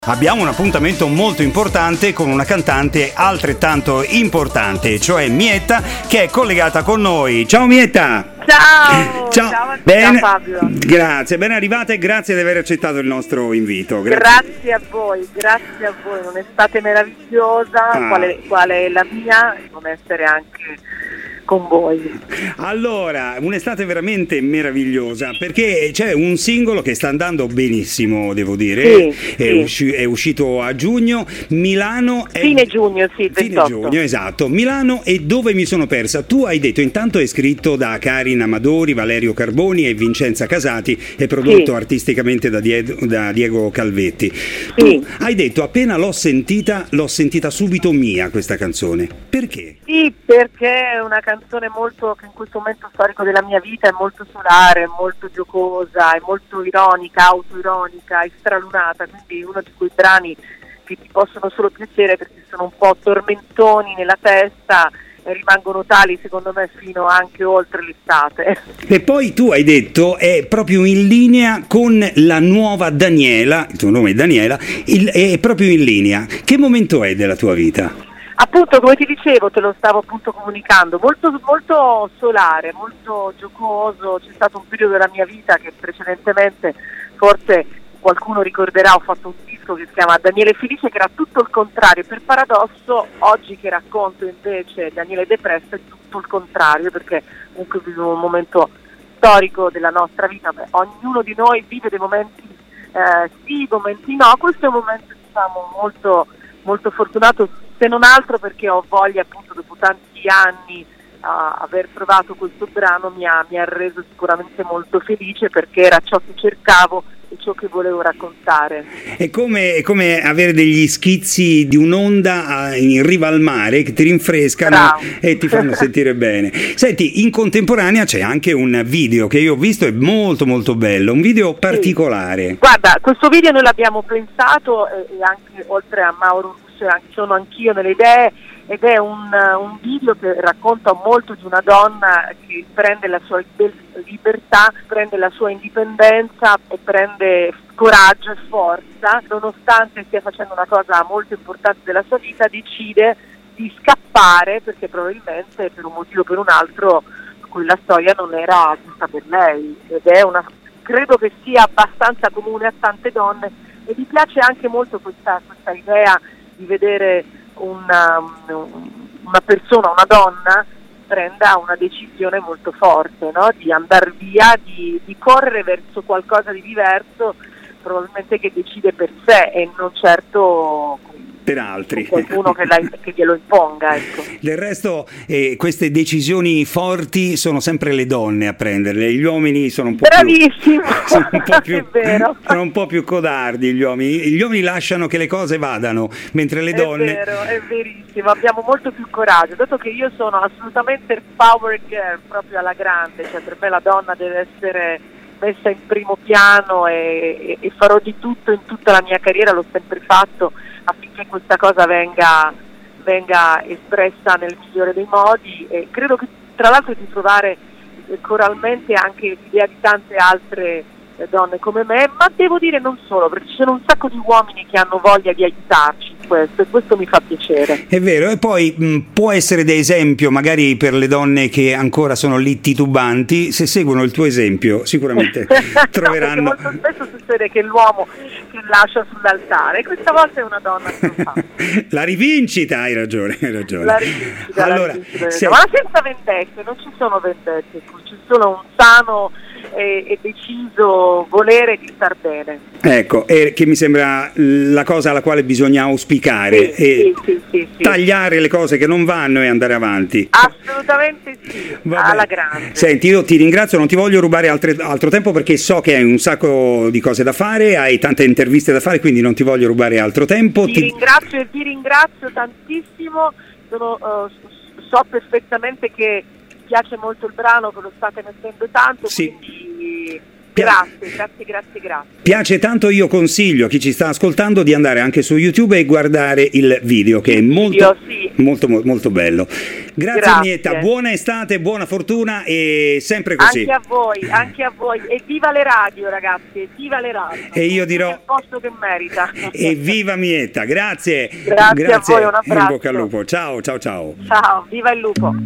Abbiamo un appuntamento molto importante con una cantante altrettanto importante, cioè Mietta, che è collegata con noi. Ciao Mietta! Ciao! Ciao Fabio. Grazie, ben arrivata e grazie di aver accettato il nostro invito. Grazie a voi, un'estate meravigliosa, quale è la mia, e non essere anche con voi. Allora, un'estate veramente meravigliosa, perché c'è un singolo che sta andando benissimo, devo dire. Sì. È uscito a giugno, Milano è... Fine giugno, sì, 28. Fine giugno, esatto. Milano e Dove mi sono persa. Tu hai detto, intanto è scritto da Karin Amadori, Valerio Carboni e Vincenza Casati, è prodotto artisticamente da Diego Calvetti. Sì. Tu hai detto, appena l'ho sentita subito mia questa canzone. Perché? Sì, perché è una canzone molto, che in questo momento storico della mia vita è molto solare, molto giocosa, è molto ironica, autoironica, estralunata, quindi uno di quei brani che ti possono solo piacere perché sono un po' tormentoni nella testa e rimangono tali secondo me fino anche oltre l'estate. E poi tu hai detto è proprio in linea con la nuova Daniela, il tuo nome è Daniela, è proprio in linea. Che momento è della tua vita? Appunto, come ti dicevo, te lo stavo appunto comunicando, molto solare, molto giocoso. C'è stato un periodo della mia vita che precedentemente, forse qualcuno ricorderà, ho fatto un disco che si chiama Daniele Felice, che era tutto il contrario. Per paradosso, oggi che racconto invece Daniele Depresso è tutto il contrario, perché comunque vivo un momento storico della nostra vita. Ognuno di noi vive dei momenti sì, momenti no. Questo è un momento, diciamo, molto, molto fortunato, se non altro perché ho voglia, appunto, dopo tanti anni aver trovato questo brano mi ha reso sicuramente molto felice, perché era ciò che cercavo e ciò che volevo raccontare. È come avere degli schizzi di un'onda in riva al mare che ti rinfrescano. Bravo. E ti fanno sentire bene. Senti, in contemporanea c'è anche un video che io ho visto, è molto molto bello, un video particolare. Sì. Guarda, questo video noi l'abbiamo pensato e anche oltre a Mauro sono anch'io nelle idee, ed è un video che racconta molto di una donna che prende la sua libertà, prende la sua indipendenza e prende coraggio e forza, nonostante stia facendo una cosa molto importante della sua vita, decide di scappare perché probabilmente per un motivo o per un altro quella storia non era giusta per lei, ed è credo che sia abbastanza comune a tante donne, e mi piace anche molto questa idea di vedere una persona, una donna, prenda una decisione molto forte, no? Di andare via, di correre verso qualcosa di diverso, probabilmente che decide per sé e non certo per altri, qualcuno che glielo imponga, ecco. Del resto queste decisioni forti sono sempre le donne a prenderle, gli uomini sono un po' bravissimo, sono un po' più, è vero. Sono un po' più codardi gli uomini lasciano che le cose vadano, mentre le donne... È vero, è verissimo, abbiamo molto più coraggio, dato che io sono assolutamente power girl proprio alla grande, cioè per me la donna deve essere messa in primo piano e farò di tutto in tutta la mia carriera, l'ho sempre fatto, affinché questa cosa venga espressa nel migliore dei modi, e credo che tra l'altro di trovare coralmente anche l'idea di tante altre donne come me, ma devo dire non solo, perché ci sono un sacco di uomini che hanno voglia di aiutarci in questo, e questo mi fa piacere. È vero, e poi può essere da esempio magari per le donne che ancora sono lì titubanti, se seguono il tuo esempio sicuramente troveranno... No, molto spesso succede che l'uomo che lascia sull'altare, questa volta è una donna che lo fa. La rivincita, hai ragione. La rivincita, allora, ma senza vendette, non ci sono vendette, c'è solo un sano e deciso volere di star bene. Ecco, che mi sembra la cosa alla quale bisogna auspicare, sì. tagliare le cose che non vanno e andare avanti. Assolutamente sì, alla grande. Senti, io ti ringrazio, non ti voglio rubare altro tempo perché so che hai un sacco di cose da fare, hai tante interviste da fare, quindi non ti voglio rubare altro tempo. Ti ringrazio tantissimo, so perfettamente che piace molto il brano, che lo state mettendo tanto, quindi grazie. Piace tanto, io consiglio a chi ci sta ascoltando di andare anche su YouTube e guardare il video, che è molto molto molto bello. Grazie Mieta, buona estate, buona fortuna e sempre così. Anche a voi e viva le radio, ragazzi, viva le radio. E io dirò il posto che merita. E viva Mieta, grazie a voi, un abbraccio. In bocca al lupo, ciao. Ciao, viva il lupo.